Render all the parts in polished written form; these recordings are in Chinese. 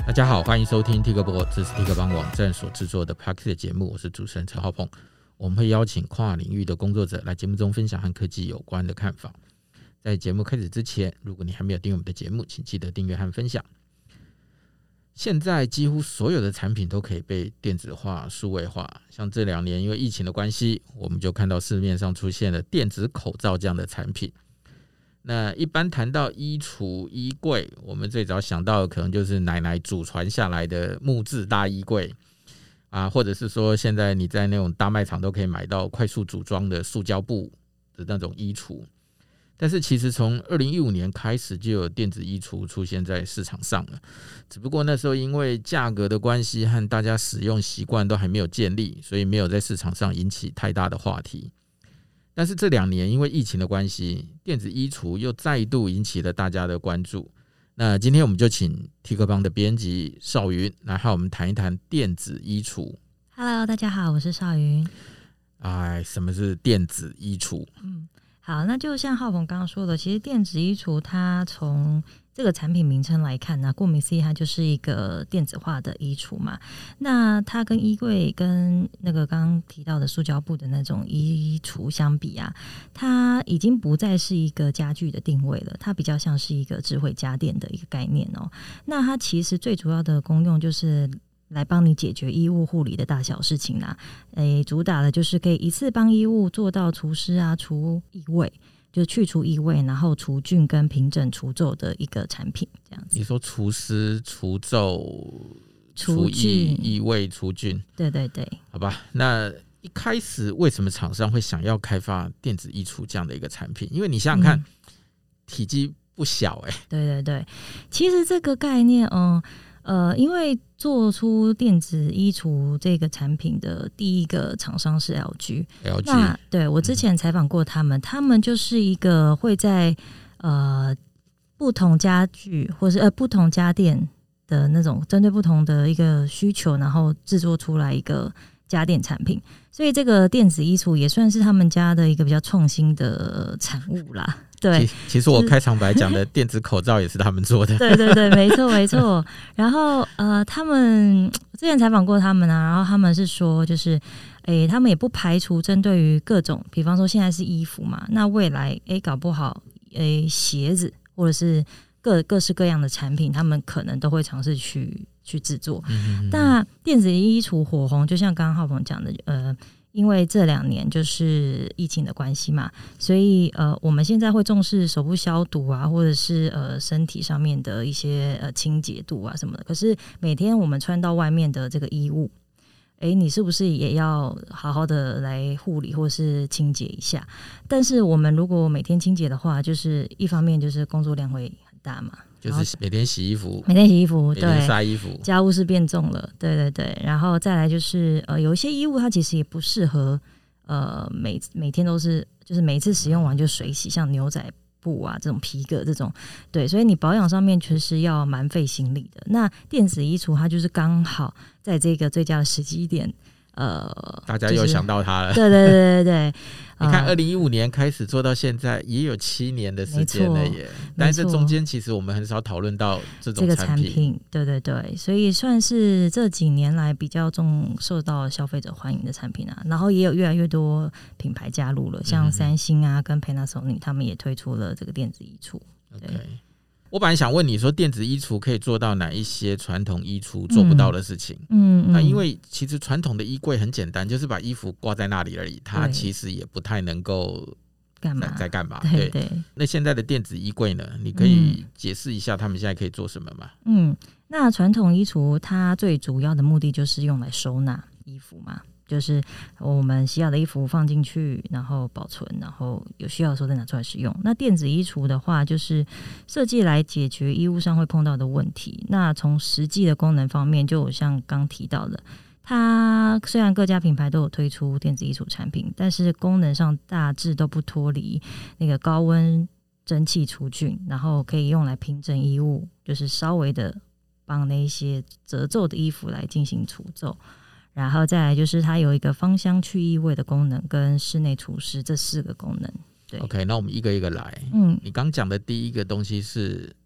大家好，欢迎收听 TikBoard， 这是 TikBoard 网站所制作的 Podcast 的节目，我是主持人陈浩鹏。我们会邀请跨领域的工作者来节目中分享和科技有关的看法。在节目开始之前，如果你还没有订阅我们的节目，请记得订阅和分享。现在几乎所有的产品都可以被电子化、数位化，像这2年因为疫情的关系，我们就看到市面上出现了电子口罩这样的产品。那一般谈到衣橱、衣柜，我们最早想到的可能就是奶奶祖传下来的木质大衣柜啊，或者是说现在你在那种大卖场都可以买到快速组装的塑胶布的那种衣橱。但是其实从2015年开始就有电子衣橱出现在市场上了，只不过那时候因为价格的关系和大家使用习惯都还没有建立，所以没有在市场上引起太大的话题。但是这2年因为疫情的关系，电子衣橱又再度引起了大家的关注。那今天我们就请 TikBoard 的编辑邵云来和我们谈一谈电子衣橱。 Hello， 大家好，我是邵云。 什么是电子衣橱？ 好，那就像浩鹏刚刚说的，其实电子衣橱它从这个产品名称来看呢，顾名思义，它就是一个电子化的衣橱嘛。那它跟衣柜跟那个刚刚提到的塑胶布的那种衣橱相比啊，它已经不再是一个家具的定位了，它比较像是一个智慧家电的一个概念哦。那它其实最主要的功用就是来帮你解决衣物护理的大小事情啦，主打的就是可以一次帮衣物做到除湿啊、除异味，就是去除异味，然后除菌跟平整除皱的一个产品，这样子。 你说除湿、除皱、 除异味、除菌， 对对对， 好吧。那一开始为什么厂商会想要开发电子衣橱这样的一个产品？因为你想想看，体积不小对对对，其实这个概念，因为做出电子衣橱这个产品的第一个厂商是 LG。那对我之前采访过他们，他们就是一个会在不同家具或是不同家电的那种针对不同的一个需求，然后制作出来一个家电产品。所以这个电子衣橱也算是他们家的一个比较创新的产物啦。对， 其实我开场白讲的电子口罩也是他们做的。 对对对，没错没错。然后他们之前采访过他们啊，然后他们是说，就是他们也不排除针对于各种，比方说现在是衣服嘛，那未来搞不好鞋子或者是各式各样的产品，他们可能都会尝试去制作。那电子衣橱火红，就像刚刚浩鹏讲的，因为这2年就是疫情的关系嘛，所以我们现在会重视手部消毒啊，或者是身体上面的一些清洁度啊什么的。可是每天我们穿到外面的这个衣物，你是不是也要好好的来护理或是清洁一下？但是我们如果每天清洁的话，就是一方面就是工作量会很大嘛， 就是每天洗衣服， 每天晒衣服， 家务事变重了，对对对。然后再来就是有一些衣物它其实也不适合每天都是就是每一次使用完就水洗，像牛仔布啊这种皮革这种，对，所以你保养上面确实要蛮费心力的。那电子衣橱它就是刚好在这个最佳的时机点， 大家又想到它了。 对对对对对， 你看2015年开始做到现在也有7年的时间了耶，但是这中间其实我们很少讨论到这种产品。 对对对，所以算是这几年来比较受到消费者欢迎的产品啊。然后也有越来越多品牌加入了，像三星啊跟 Panasonic 他们也推出了这个电子衣橱。对。 Okay.我本来想问你说，电子衣橱可以做到哪一些传统衣橱做不到的事情？那因为其实传统的衣柜很简单，就是把衣服挂在那里而已，它其实也不太能够在干嘛。 对对。 那现在的电子衣柜呢？你可以解释一下他们现在可以做什么吗？ 那传统衣橱它最主要的目的就是用来收纳衣服嘛。就是我们洗好的衣服放进去，然后保存，然后有需要的时候再拿出来使用。那电子衣橱的话，就是设计来解决衣物上会碰到的问题。那从实际的功能方面，就像刚提到的，它虽然各家品牌都有推出电子衣橱产品，但是功能上大致都不脱离那个高温蒸汽除菌，然后可以用来平整衣物，就是稍微的帮那些褶皱的衣服来进行除皱。然后再来就是它有一个芳香去异味的功能跟室内除湿这4个功能。对 ，OK， 那我们一个一个来。你刚讲的第一个东西是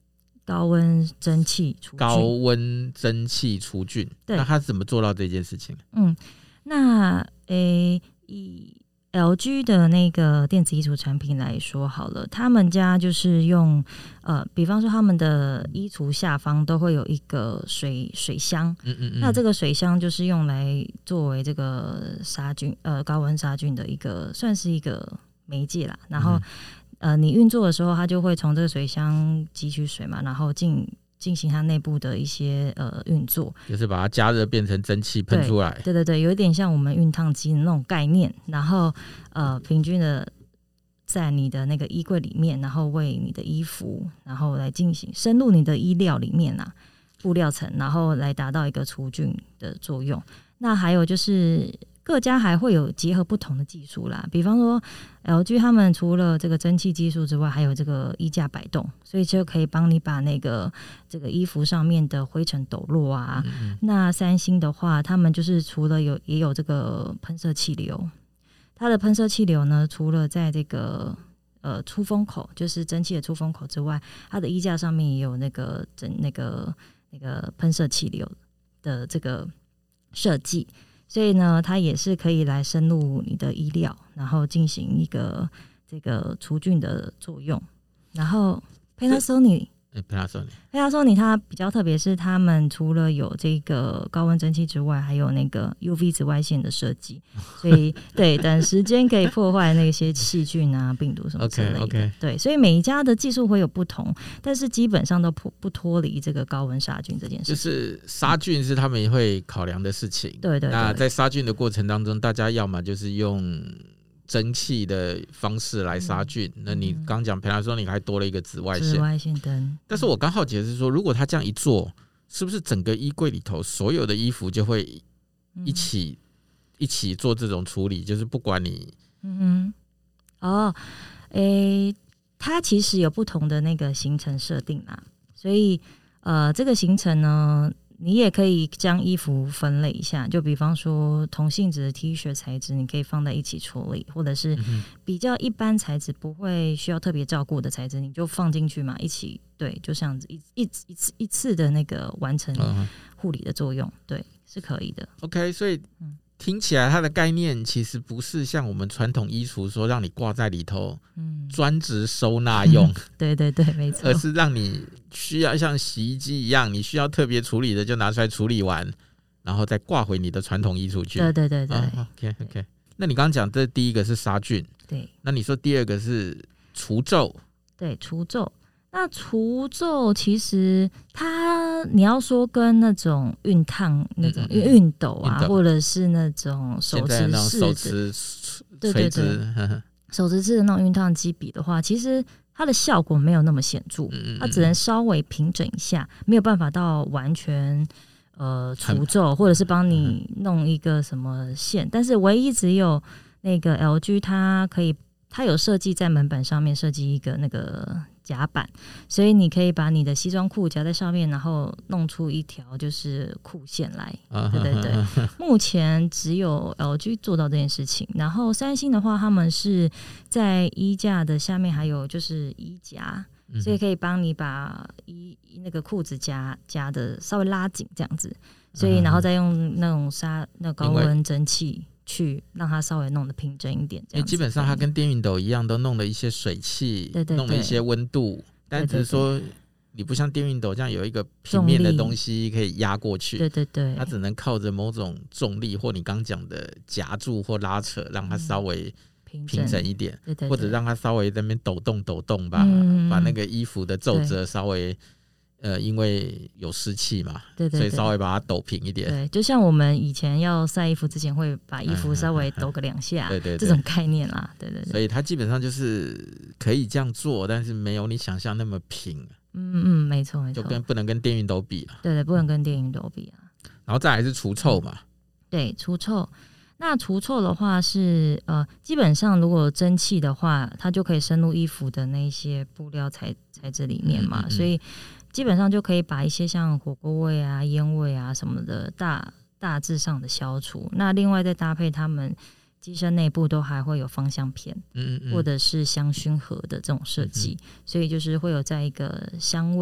高温蒸汽除菌。 高温蒸汽除菌，那它怎么做到这件事情？ 那以 LG 的那个电子衣橱产品来说好了，他们家就是用比方说他们的衣橱下方都会有一个水箱，那这个水箱就是用来作为这个杀菌高温杀菌的一个算是一个媒介啦。然后你运作的时候，它就会从这个水箱汲取水嘛，然后进行它内部的一些运作， 就是把它加热变成蒸汽喷出来。 对，有一点像我们熨烫机的那种概念。然后平均的在你的那个衣柜里面，然后为你的衣服，然后来进行深入你的衣料里面啊，布料层，然后来达到一个除菌的作用。那还有就是各家还会有结合不同的技术啦，比方说 LG 他们除了这个蒸汽技术之外，还有这个衣架摆动，所以就可以帮你把那个这个衣服上面的灰尘抖落啊。那三星的话，他们就是除了也有这个喷射气流，它的喷射气流呢，除了在这个出风口，就是蒸汽的出风口之外，它的衣架上面也有那个喷射气流的这个设计。所以呢，它也是可以来深入你的衣料，然后进行一个这个除菌的作用。然后 Panasonic 它比较特别，是他们除了有这个高温蒸汽之外，还有那个 UV 紫外线的设计，所以对短时间可以破坏那些细菌啊、病毒什么之类的。 Okay. 对，所以每一家的技术会有不同，但是基本上都不脱离这个高温杀菌这件事情。 就是杀菌是他们也会考量的事情。 对。 那在杀菌的过程当中，大家要么就是用蒸汽的方式来杀菌，那你刚讲Panasonic还多了一个紫外线灯。 但是我刚好解释说，如果他这样一做，是不是整个衣柜里头所有的衣服就会一起做这种处理？就是不管你它其实有不同的那个行程设定啦，所以这个行程呢，你也可以将衣服分类一下，就比方说同性质的 T 恤材质，你可以放在一起处理，或者是比较一般材质不会需要特别照顾的材质，你就放进去嘛，一起对，就这样子一次的那个完成护理的作用，对，是可以的。 OK， 所以听起来它的概念其实不是像我们传统衣橱说让你挂在里头，专职收纳用， 对，没错， 而是让你需要像洗衣机一样，你需要特别处理的就拿出来处理完，然后再挂回你的传统衣橱去。 对。 OK， 那你刚刚讲这第一个是杀菌， 对， 那你说第二个是除皱， 对，除皱。那除皱其实你要说跟那种熨烫那种熨斗啊，或者是那种手持式的， 垂直， 手持式的那种熨烫机比的话，其实它的效果没有那么显著，它只能稍微平整一下，没有办法到完全除皱，或者是帮你弄一个什么线。但是唯一只有那个 LG 它有设计在门板上面设计一个那个夹板，所以你可以把你的西装裤夹在上面，然后弄出一条就是裤线来。对，目前只有 LG 做到这件事情。然后三星的话，他们是在衣架的下面还有就是衣夹，所以可以帮你把那个裤子夹的稍微拉紧这样子，所以然后再用那种那高温蒸汽去让它稍微弄得平整一点，因为基本上它跟电熨斗一样，都弄了一些水汽， 对， 弄了一些温度，但只是说你不像电熨斗这样有一个平面的东西可以压过去， 对， 它只能靠着某种重力或你刚讲的夹住或拉扯，让它稍微平整一点， 对， 或者让它稍微在那边抖动吧，把那个衣服的皱褶稍微因为有湿气嘛，对，所以稍微把它抖平一点。 对，就像我们以前要晒衣服之前会把衣服稍微抖个2下， 对， 这种概念啦，对。 所以它基本上就是可以这样做，但是没有你想象那么平。 没错， 就不能跟电熨斗比了。 对，不能跟电熨斗比啊。 然后再来是除臭嘛。 对，除臭。那除臭的话是基本上如果蒸汽的话，它就可以深入衣服的那些布料材质里面嘛，所以基本上就可以把一些像火锅味啊、烟味啊什么的大致上的消除。那另外再搭配他们机身内部都还会有芳香片，或者是香薰盒的这种设计，所以就是会有在一个香味，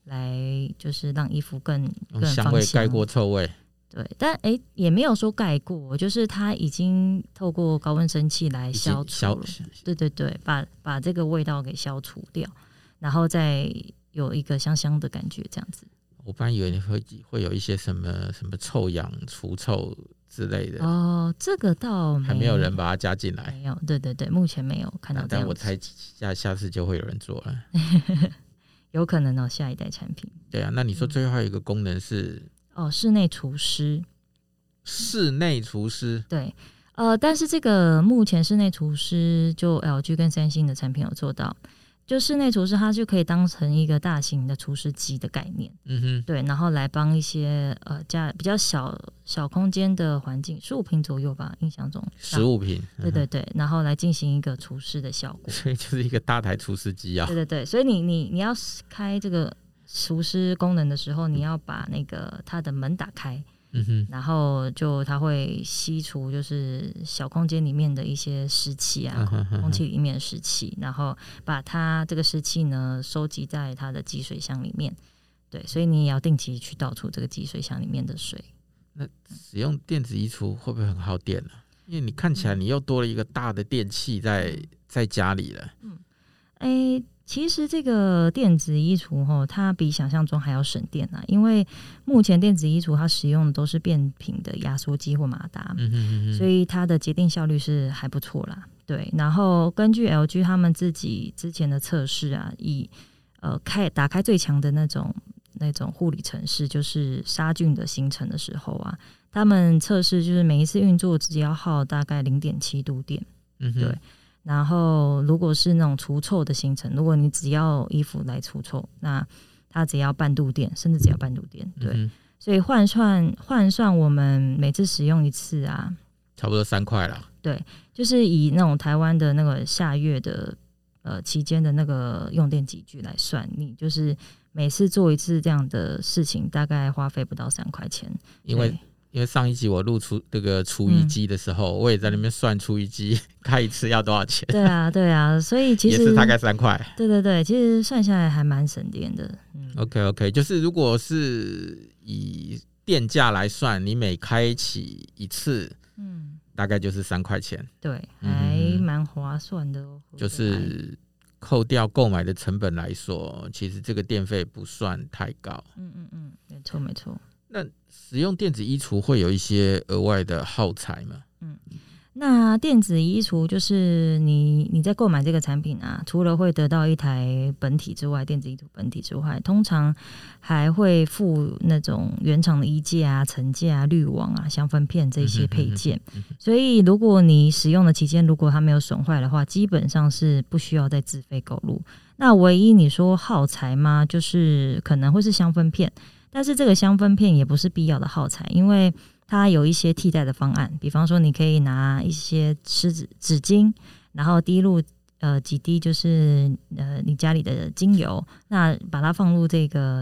就是让衣服更用香味盖过臭味。 对，但也没有说盖过，就是它已经透过高温蒸汽来消除了。对对对，把这个味道给消除掉，然后再有一个香香的感觉，这样子。 我本来以为你会有一些什么臭氧、除臭之类的。 哦，这个倒还没有人把它加进来。 没有，对对对，目前没有看到这样子。 但我猜下次就会有人做了。 有可能下一代产品。 对啊，那你说最后还有一个功能是？ 室内除湿。 室内除湿， 对，但是这个目前室内除湿就 LG 跟三星的产品有做到，就室内除湿它就可以当成一个大型的除湿机的概念，对，然后来帮一些比较小空间的环境，15坪左右吧，印象中 15坪， 对对对，然后来进行一个除湿的效果， 所以就是一个大台除湿机啊， 对对对，所以你要开这个除湿功能的时候，你要把那个它的门打开，然后它会吸除就是小空间里面的一些湿气啊，空气里面的湿气，然后把它这个湿气呢收集在它的积水箱里面。对，所以你也要定期去倒出这个积水箱里面的水。 那使用电子衣橱会不会很耗电呢？因为你看起来你又多了一个大的电器在家里了。 其实这个电子衣橱它比想象中还要省电啊，因为目前电子衣橱它使用的都是变频的压缩机或马达，所以它的节电效率是还不错啦。对，然后根据 LG 他们自己之前的测试啊，以打开最强的那种护理程式，就是杀菌的形成的时候啊，他们测试就是每一次运作只要耗大概 0.7 度电，对。然后如果是那种除臭的行程，如果你只要衣服来除臭，那它只要半度电，甚至只要半度电，对。所以换算我们每次使用一次啊， 差不多3块啦。 对，就是以那种台湾的那个下月的期间的那个用电集聚来算，你就是每次做一次这样的事情，大概花费不到3块钱。 因为上一集我录出这个除衣机的时候，我也在那边算除衣机开一次要多少钱。 对啊，对啊，所以其实也是大概3块。 对对对，其实算下来还蛮省电的。 OK， 就是如果是以电价来算，你每开启一次，大概就是3块钱。对， 还蛮划算的哦。 就是扣掉购买的成本来说，其实这个电费不算太高。 没错没错。 那使用电子衣橱会有一些额外的耗材吗？ 那电子衣橱就是你在购买这个产品啊，除了会得到一台本体之外，电子衣橱本体之外，通常还会附那种原厂的衣架啊、层架啊、滤网啊、香氛片这些配件。所以如果你使用的期间，如果它没有损坏的话，基本上是不需要再自费购入。那唯一你说耗材吗？就是可能会是香氛片。但是这个香氛片也不是必要的耗材，因为它有一些替代的方案，比方说你可以拿一些湿纸巾，然后滴入几滴就是你家里的精油，那把它放入这个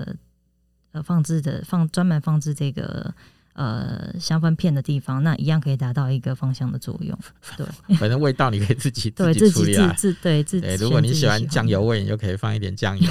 专门放置这个香氛片的地方，那一样可以达到一个芳香的作用。对， 反正味道你可以自己处理啦。 对， 如果你喜欢酱油味，你就可以放一点酱油。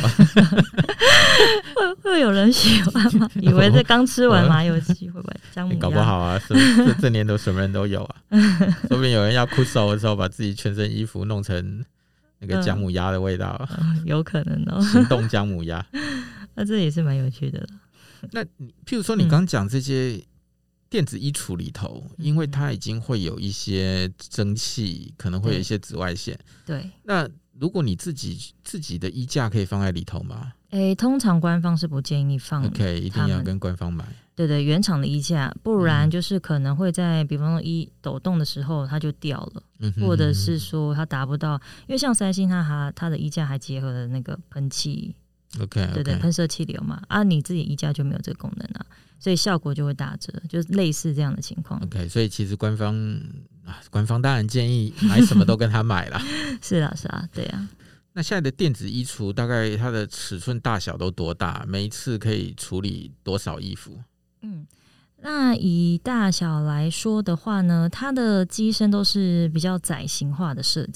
会有人喜欢吗？以为这刚吃完麻油鸡会不会姜母鸭？ 搞不好啊，这年头什么人都有啊。说不定有人要酷手的时候，把自己全身衣服弄成那个姜母鸭的味道。 有可能哦， 行动姜母鸭。 那这也是蛮有趣的了。 那譬如说你刚讲这些电子衣橱里头，因为它已经会有一些蒸汽，可能会有一些紫外线。 对。 那如果你自己的衣架可以放在里头吗？ 通常官方是不建议你放。 OK， 一定要跟官方买。 对，原厂的衣架，不然就是可能会在比方说抖动的时候它就掉了，或者是说它达不到，因为像三星它的衣架还结合了那个喷气。 OK， 对，喷射气流嘛，你自己衣架就没有这个功能啊，所以效果就会打折，就是类似这样的情况。 OK， 所以其实官方当然建议买什么都跟他买啦。 是啊，对啊。 那现在的电子衣橱大概它的尺寸大小都多大？每一次可以处理多少衣服？ 那以大小来说的话呢，它的机身都是比较窄型化的设计。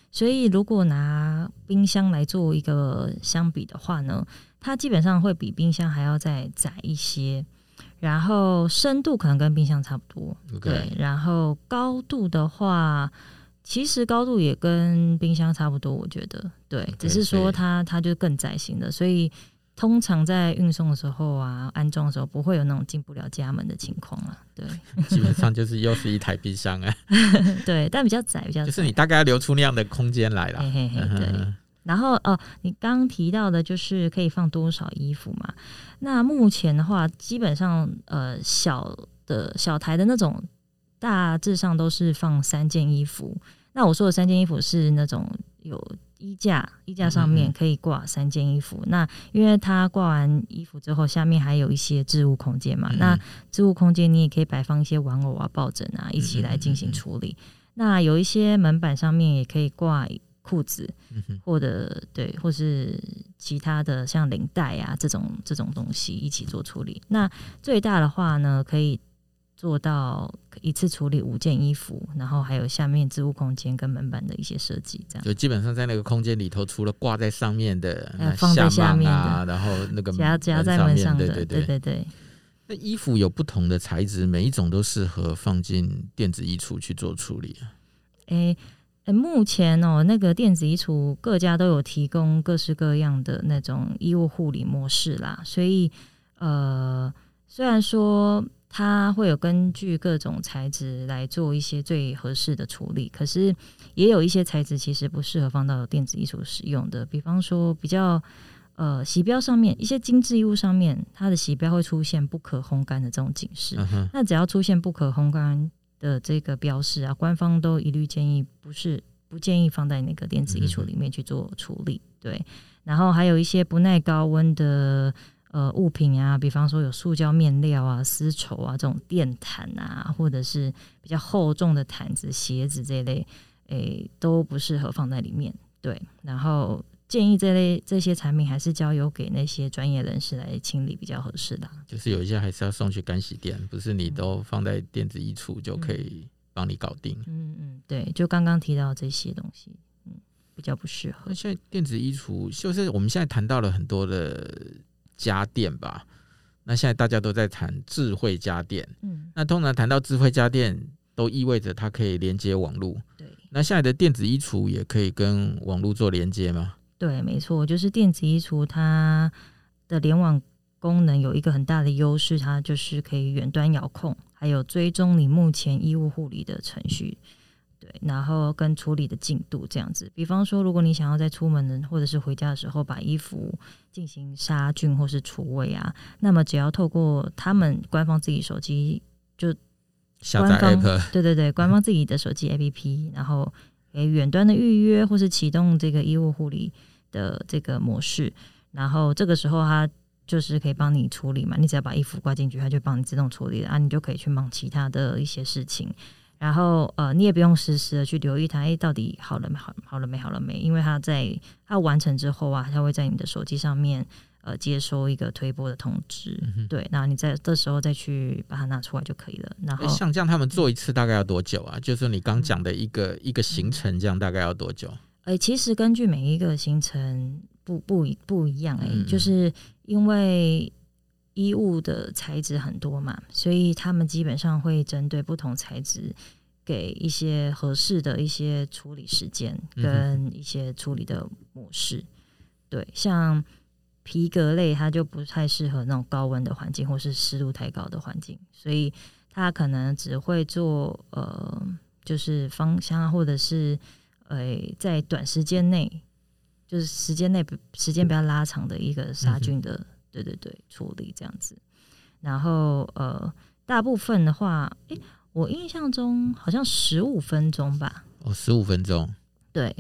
所以如果拿冰箱来做一个相比的话呢，它基本上会比冰箱还要再窄一些，然后深度可能跟冰箱差不多， okay. 对，然后高度的话其实高度也跟冰箱差不多，我觉得对， okay, 只是说它就更窄型的，所以通常在运送的时候啊，安装的时候不会有那种进不了家门的情况啊。对， 基本上就是又是一台冰箱啊。 对，但比较窄，就是你大概要留出那样的空间来啦。 嘿嘿嘿，对。然后你刚刚提到的就是可以放多少衣服嘛？那目前的话，基本上小台的那种，大致上都是放3件衣服。那我说的3件衣服是那种有衣架上面可以挂3件衣服。那因为它挂完衣服之后，下面还有一些置物空间嘛。那置物空间你也可以摆放一些玩偶啊、抱枕啊，一起来进行处理。那有一些门板上面也可以挂裤子，或是其他的像领带啊这种东西一起做处理。那最大的话呢，可以做到一次处理5件衣服，然后还有下面置物空间跟门板的一些设计，这样就基本上在那个空间里头，除了挂在上面的、 放在下面的， 然后那个夹在门上的， 对。那衣服有不同的材质，每一种都适合放进电子衣橱去做处理啊。 目前那个电子衣橱各家都有提供各式各样的那种衣物护理模式啦，所以虽然说它会有根据各种材质来做一些最合适的处理，可是也有一些材质其实不适合放到电子衣橱使用的，比方说比较洗标上面一些精致衣物上面，它的洗标会出现不可烘干的这种警示，那只要出现不可烘干的这个标示啊，官方都一律建议不建议放在那个电子衣橱里面去做处理，对。然后还有一些不耐高温的物品啊，比方说有塑胶面料啊、丝绸啊这种电毯啊，或者是比较厚重的毯子、鞋子这一类，都不适合放在里面，对。然后建议这些产品还是交由给那些专业人士来清理比较合适的， 就是有一些还是要送去干洗店，不是你都放在电子衣橱就可以帮你搞定。 对，就刚刚提到这些东西，比较不适合。 那现在电子衣橱就是我们现在谈到了很多的家电吧，那现在大家都在谈智慧家电，那通常谈到智慧家电都意味着它可以连接网路，对。那现在的电子衣橱也可以跟网路做连接吗？对， 没错，就是电子衣橱它的联网功能有一个很大的优势，它就是可以远端遥控，还有追踪你目前衣物护理的程序，对，然后跟处理的进度这样子。比方说，如果你想要在出门或者是回家的时候把衣服进行杀菌或是除味啊，那么只要透过他们官方自己手机就下载 app， 对，官方自己的手机 app， 然后远端的预约或是启动这个衣物护理的这个模式，然后这个时候它就是可以帮你处理嘛，你只要把衣服挂进去，它就帮你自动处理了啊，你就可以去忙其他的一些事情。然后你也不用实时的去留意它，到底好了没，因为它完成之后啊，它会在你的手机上面接收一个推播的通知，对，然后你在这时候再去把它拿出来就可以了。然后像这样他们做一次大概要多久啊？就是你刚讲的一个行程，这样大概要多久？ 其实根据每一个行程不一样，就是因为衣物的材质很多嘛，所以他们基本上会针对不同材质给一些合适的一些处理时间跟一些处理的模式。对，像皮革类它就不太适合那种高温的环境或是湿度太高的环境，所以它可能只会做就是芳香或者是在短时间内，就是时间比较拉长的一个杀菌的，对处理这样子。然后大部分的话，我印象中好像15分钟吧。 15分钟，对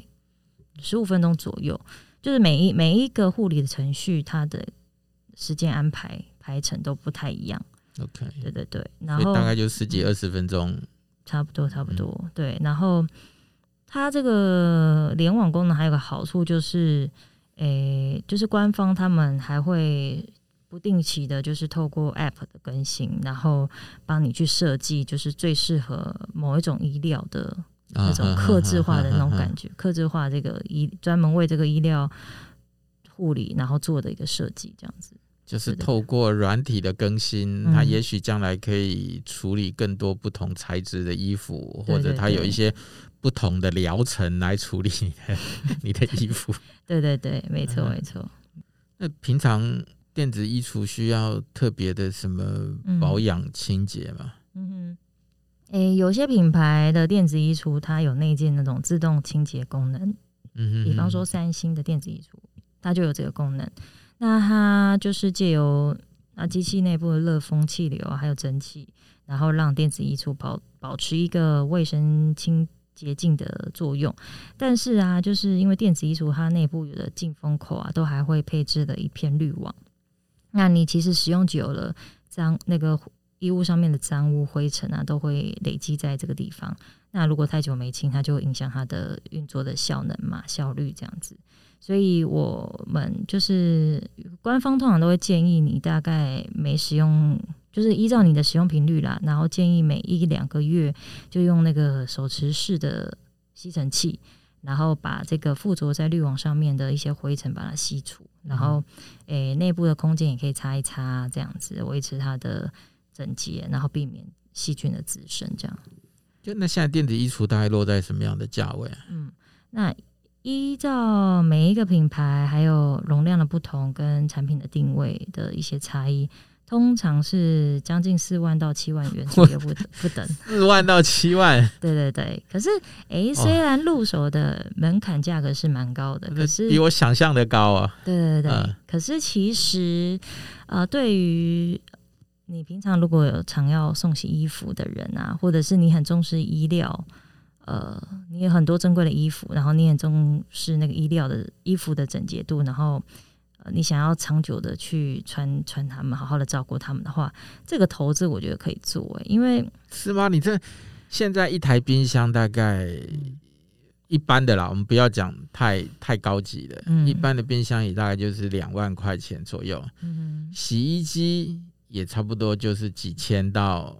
，15分钟左右。就是每一个护理的程序，它的时间安排程都不太一样。 OK， 对，然后大概就10几20分钟， 差不多。对，然后它这个联网功能还有个好处就是，就是官方他们还会不定期的，就是透过 App 的更新，然后帮你去设计，就是最适合某一种衣料的那种客制化的那种感觉，客制化这个专门为这个医疗护理然后做的一个设计，这样子。 就是透过软体的更新，它也许将来可以处理更多不同材质的衣服，或者它有一些不同的疗程来处理你的衣服。对对对，没错没错。那平常电子衣橱需要特别的什么保养清洁吗？ 有些品牌的电子衣橱它有内建那种自动清洁功能，比方说三星的电子衣橱它就有这个功能。那它就是借由机器内部的热风气流还有蒸汽，然后让电子衣橱保持一个卫生清洁净的作用。但是就是因为电子衣橱它内部有的进风口都还会配置了一片滤网，那你其实使用久了，那个衣物上面的脏污灰尘都会累积在这个地方。那如果太久没清，它就会影响它的运作的效能嘛、效率这样子。所以我们就是官方通常都会建议你大概每使用，就是依照你的使用频率啦，然后建议每1-2个月就用那个手持式的吸尘器，然后把这个附着在滤网上面的一些灰尘把它吸除，然后内部的空间也可以擦一擦，这样子维持它的整洁，然后避免细菌的滋生。这样， 那现在电子衣橱大概落在什么样的价位？ 那依照每一个品牌还有容量的不同跟产品的定位的一些差异，通常是将近4万到7万元左右不等。 4万到7万， 对对对。可是虽然入手的门槛价格是蛮高的，可是比我想象的高啊。 对对对。可是其实对于你平常如果有常要送洗衣服的人或者是你很重视医疗，你有很多珍贵的衣服，然后你很重视那个医疗的衣服的整洁度，然后你想要长久的去穿它们，好好的照顾它们的话，这个投资我觉得可以做。因为是吗？你这现在一台冰箱大概一般的啦，我们不要讲太高级的，一般的冰箱也大概就是2万块钱左右，洗衣机也差不多就是几千到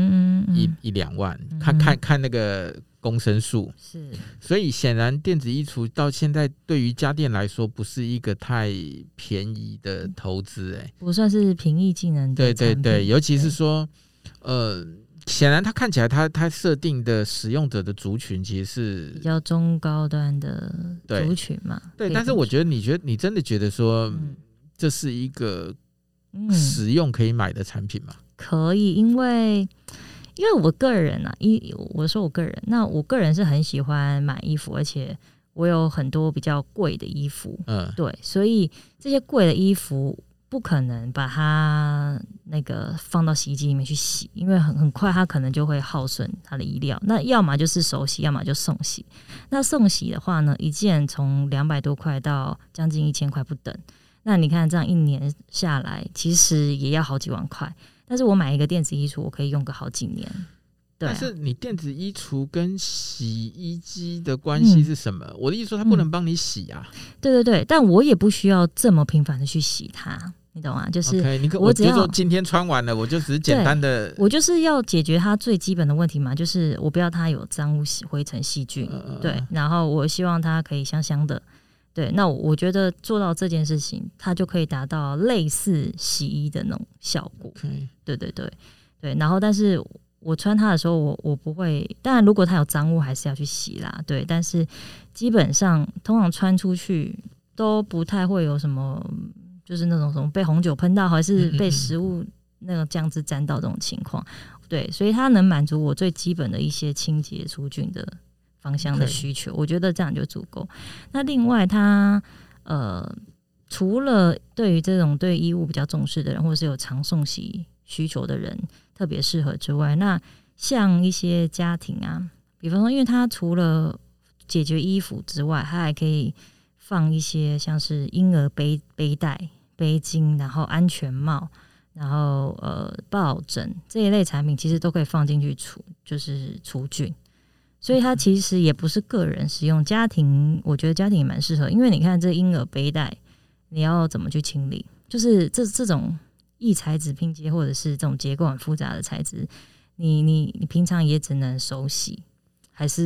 1-2万，看那个公升数。是，所以显然电子衣橱到现在对于家电来说不是一个太便宜的投资， 不算是平易近人的产品。 对对对，尤其是说显然它看起来它设定的使用者的族群其实是比较中高端的族群嘛。 对，但是我觉得你真的觉得说这是一个实用可以买的产品吗？ 可以，因为我个人我说我个人，那我个人是很喜欢买衣服，而且我有很多比较贵的衣服，对，所以这些贵的衣服不可能把它那个放到洗衣机里面去洗，因为很快它可能就会耗损它的衣料。那要么就是手洗，要么就送洗。那送洗的话呢，一件从200多块到将近1000块不等。那你看这样1年下来，其实也要好几万块。但是我买一个电子衣橱，我可以用个好几年。对但是你电子衣橱跟洗衣机的关系是什么？我的意思说，它不能帮你洗啊。 对对对，但我也不需要这么频繁的去洗它，你懂吗？就是我只要说今天穿完了，我就只是简单的， 我就是要解决它最基本的问题嘛，就是我不要它有脏污、灰尘、细菌，对，然后我希望它可以香香的。对，那我觉得做到这件事情，它就可以达到类似洗衣的那种效果。对对对对，然后但是我穿它的时候，我不会，当然如果它有脏污还是要去洗啦，对，但是基本上通常穿出去都不太会有什么，就是那种什么被红酒喷到，还是被食物那个酱汁沾到这种情况。对，所以它能满足我最基本的一些清洁除菌的芳香的需求，我觉得这样就足够。那另外它除了对于这种对衣物比较重视的人，或者是有常送洗需求的人特别适合之外，那像一些家庭比方说因为它除了解决衣服之外，它还可以放一些像是婴儿背带、背巾，然后安全帽，然后抱枕这一类产品其实都可以放进去就是除菌。所以它其实也不是个人使用，家庭我觉得家庭也蛮适合，因为你看这婴儿背带你要怎么去清理，就是这种异材质拼接或者是这种结构很复杂的材质，你平常也只能手洗，还是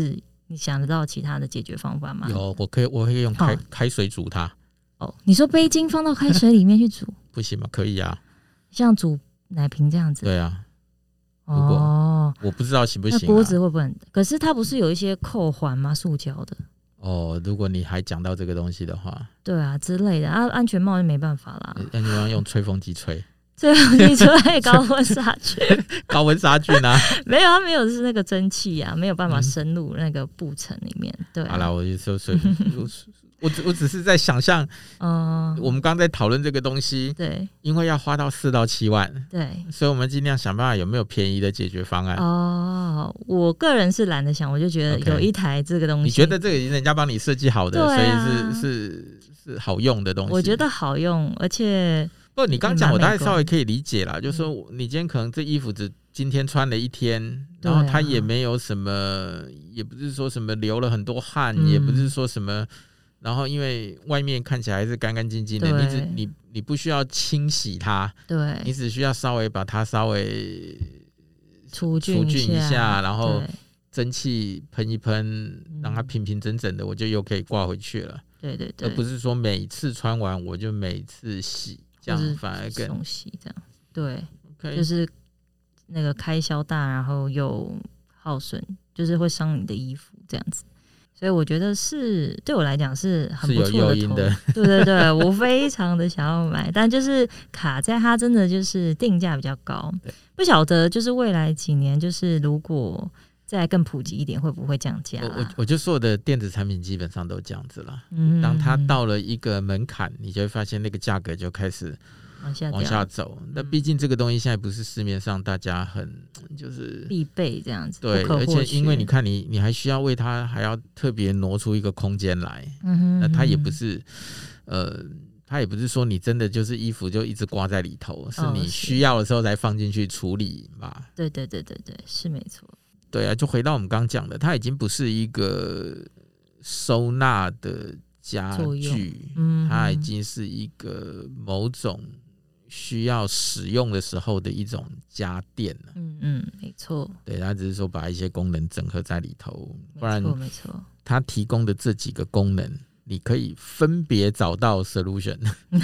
你想得到其他的解决方法吗？ 有，我可以用开水煮它。 哦，你说杯巾放到开水里面去煮， 不行吗？可以啊， 像煮奶瓶这样子。 对啊。 哦， 我不知道行不行、啊。 那锅子会不会？可是它不是有一些扣环吗？塑胶的。 哦，如果你还讲到这个东西的话， 对啊之类的啊，安全帽就没办法啦。 安全帽用吹风机吹， 吹风机吹高温杀菌， 高温杀菌啊？ 没有，它没有是那个蒸汽啊，没有办法深入那个布层里面。对、啊， 好啦，我就说我只是在想象，我们刚在讨论这个东西， 对， 因为要花到4到7万， 对， 所以我们尽量想办法有没有便宜的解决方案。 哦，我个人是懒得想，我就觉得有一台这个东西， 你觉得这个人家帮你设计好的， 啊、 所以是好用的东西。 我觉得好用，而且不，你刚讲我大概稍微可以理解啦，就是说你今天可能这衣服只今天穿了1天，然后它也没有什么，也不是说什么流了很多汗，也不是说什么。然后因为外面看起来还是干干净净的，你不需要清洗它， 对， 你只需要稍微把它稍微除菌一下，然后蒸汽喷一喷，让它平平整整的，我就又可以挂回去了。 对对对， 而不是说每次穿完我就每次洗，这样反而更洗这样。对， okay. 就是那个开销大，然后又耗损，就是会伤你的衣服这样子。所以我觉得是对我来讲是很不错的， 是有诱因的。 对对对，我非常的想要买，但就是卡在它真的就是定价比较高，不晓得就是未来几年就是如果再更普及一点会不会降价、 我就说我的电子产品基本上都这样子了。当它到了一个门槛，你就会发现那个价格就开始往下走。那毕竟这个东西现在不是市面上大家很就是必备这样子， 对，而且因为你看你还需要为它还要特别挪出一个空间来，那它也不是它也不是说你真的就是衣服就一直挂在里头，是你需要的时候才放进去处理嘛。 对对对对对，是没错。 对啊，就回到我们刚讲的，它已经不是一个收纳的家具，它已经是一个某种需要使用的时候的一种家电了。 没错。对， 它只是说把一些功能整合在里头，不然没错， 它提供的这几个功能，你可以分别找到 solution，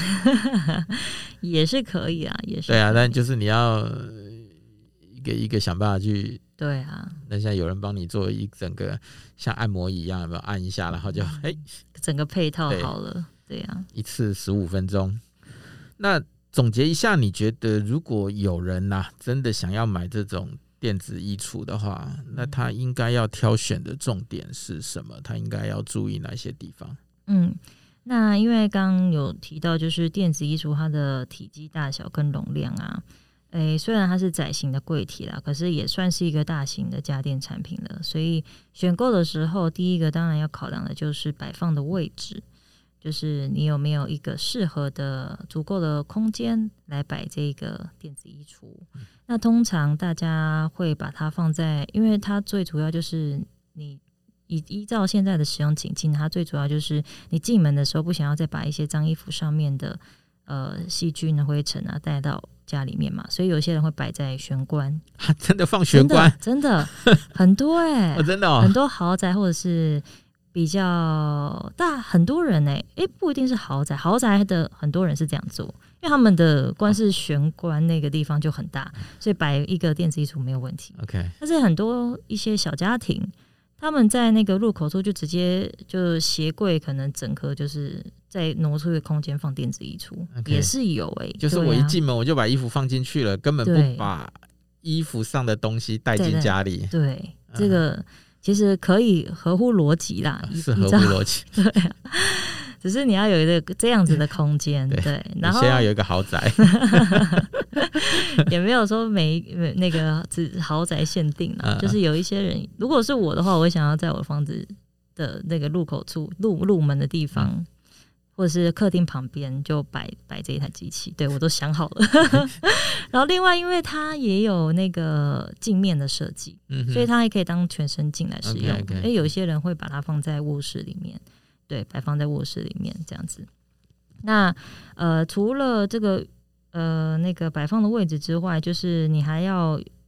也是可以啊，也是。 对啊，但就是你要一个一个想办法去。 对啊， 那现在有人帮你做一整个像按摩椅一样，有没有按一下，然后就整个配套好了。对啊， 一次15分钟。那总结一下，你觉得如果有人真的想要买这种电子衣橱的话，那他应该要挑选的重点是什么？他应该要注意哪些地方？ 那因为刚刚有提到，就是电子衣橱它的体积大小跟容量啊。虽然它是窄型的柜体啦，可是也算是一个大型的家电产品了。所以选购的时候，第一个当然要考量的就是摆放的位置，就是你有没有一个适合的足够的空间来摆这个电子衣橱。那通常大家会把它放在，因为它最主要就是你依照现在的使用情境，它最主要就是你进门的时候不想要再把一些脏衣服上面的细菌灰尘带到家里面嘛，所以有些人会摆在玄关。 真的放玄关？ 真的很多真的很多豪宅或者是比较大，很多人不一定是豪宅的很多人是这样做，因为他们的光是玄关那个地方就很大，所以摆一个电子衣橱没有问题。 OK， 但是很多一些小家庭，他们在那个入口处就直接就鞋柜可能整个就是再挪出一个空间放电子衣橱，也是有就是我一进门我就把衣服放进去了，根本不把衣服上的东西带进家里。对， 这个其实可以合乎逻辑啦， 是合乎逻辑。 对啊，只是你要有一个这样子的空间，对，然后你先要有一个豪宅， 也没有说那个只豪宅限定啦，就是有一些人，如果是我的话，我会想要在我房子的那个入口处入门的地方。或者是客厅旁边就摆这一台机器，对，我都想好了。然后另外因为它也有那个镜面的设计，所以它也可以当全身镜来使用。因为有一些人会把它放在卧室里面，对，摆放在卧室里面这样子。那除了这个那个摆放的位置之外，就是你还要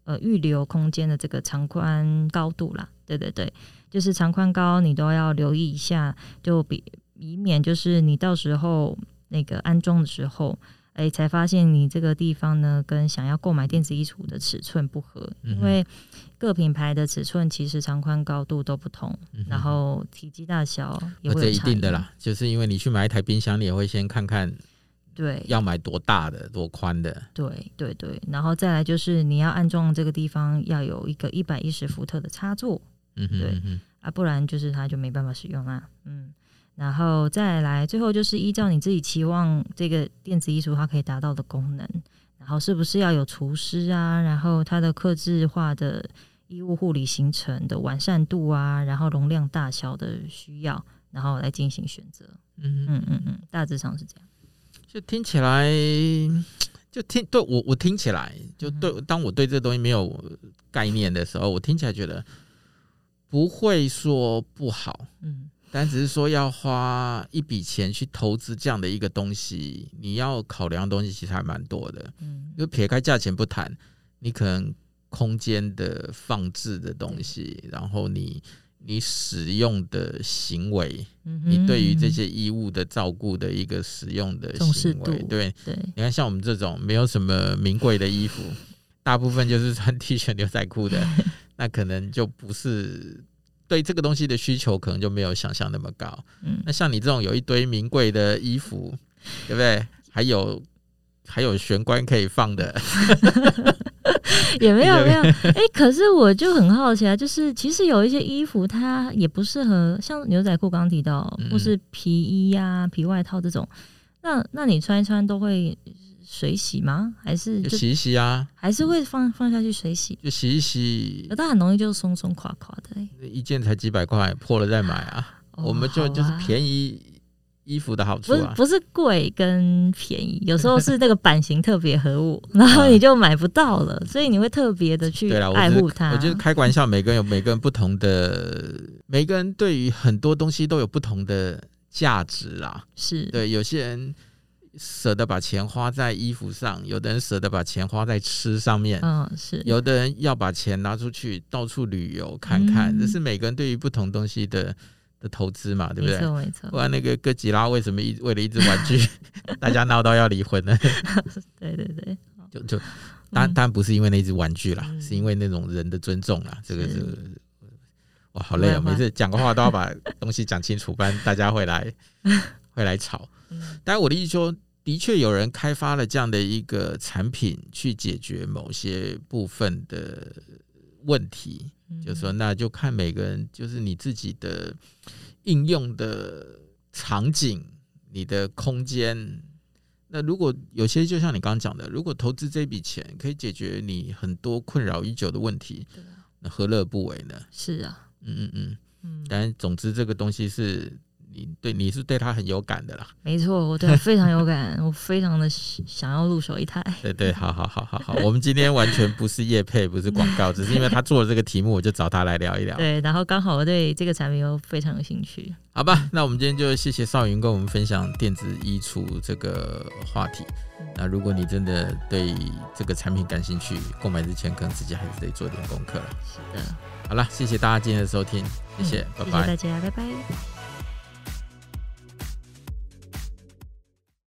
预留空间的这个长宽高度啦，对对对，就是长宽高你都要留意一下，就以免就是你到时候那个安装的时候，才发现你这个地方呢跟想要购买电子衣橱的尺寸不合，因为各品牌的尺寸其实长宽高度都不同，然后体积大小也会有差异。 这一定的啦，就是因为你去买一台冰箱，你也会先看看， 对，要买多大的、多宽的， 对对对，然后再来就是你要安装这个地方要有一个110伏特的插座，对啊，不然就是它就没办法使用啦，然后再来最后就是依照你自己期望这个电子衣橱它可以达到的功能，然后是不是要有除湿啊，然后它的客制化的衣物护理行程的完善度啊，然后容量大小的需要，然后来进行选择。大致上是这样。 就听起来，对我听起来，就对，当我对这个东西没有概念的时候，我听起来觉得不会说不好，但只是说要花一笔钱去投资这样的一个东西，你要考量的东西其实还蛮多的。就撇开价钱不谈，你可能空间的放置的东西，然后你使用的行为，你对于这些衣物的照顾的一个使用的行为，对，你看像我们这种没有什么名贵的衣服，大部分就是穿 T 恤牛仔裤的，那可能就不是。对这个东西的需求可能就没有想象那么高，那像你这种有一堆名贵的衣服，对不对？还有玄关可以放的， 也没有，可是我就很好奇啊，就是其实有一些衣服它也不适合，像牛仔裤刚刚提到，或是皮衣啊、皮外套这种，那你穿一穿都会水洗吗？还是就洗一洗啊？ 还是会放下去水洗？ 就洗一洗， 但很容易就松松垮垮的， 一件才几百块，破了再买啊。我们就是便宜衣服的好处啊， 不是贵跟便宜，有时候是那个版型特别合我，然后你就买不到了，所以你会特别的去爱护它。 我觉得开玩笑，每个人有每个人不同的，每个人对于很多东西都有不同的价值啦。 是对，有些人舍得把钱花在衣服上，有的人舍得把钱花在吃上面， 是有的人要把钱拿出去到处旅游看看，这是每个人对于不同东西的投资嘛，对不对？ 没错。 不然那个哥吉拉为什么为了一只玩具，大家闹到要离婚呢？ 对， 就当然不是因为那只玩具啦，是因为那种人的尊重啦。这个是哇，好累哦，每次讲个话都要把东西讲清楚，不然大家会来吵。但我的意思说，的确有人开发了这样的一个产品去解决某些部分的问题，就是说那就看每个人就是你自己的应用的场景，你的空间。那如果有些就像你刚刚讲的，如果投资这笔钱可以解决你很多困扰已久的问题，那何乐不为呢？ 是啊， 但总之这个东西是你是对他很有感的啦。 没错，我对他非常有感，我非常的想要入手一台。 对，好，我们今天完全不是业配，不是广告，只是因为他做了这个题目，我就找他来聊一聊。 对，然后刚好我对这个产品又非常有兴趣。 好吧，那我们今天就谢谢少云跟我们分享电子衣橱这个话题。那如果你真的对这个产品感兴趣，购买之前可能自己还是得做点功课了。 是的。 好了，谢谢大家今天的收听，谢谢，拜拜。 谢谢大家，拜拜。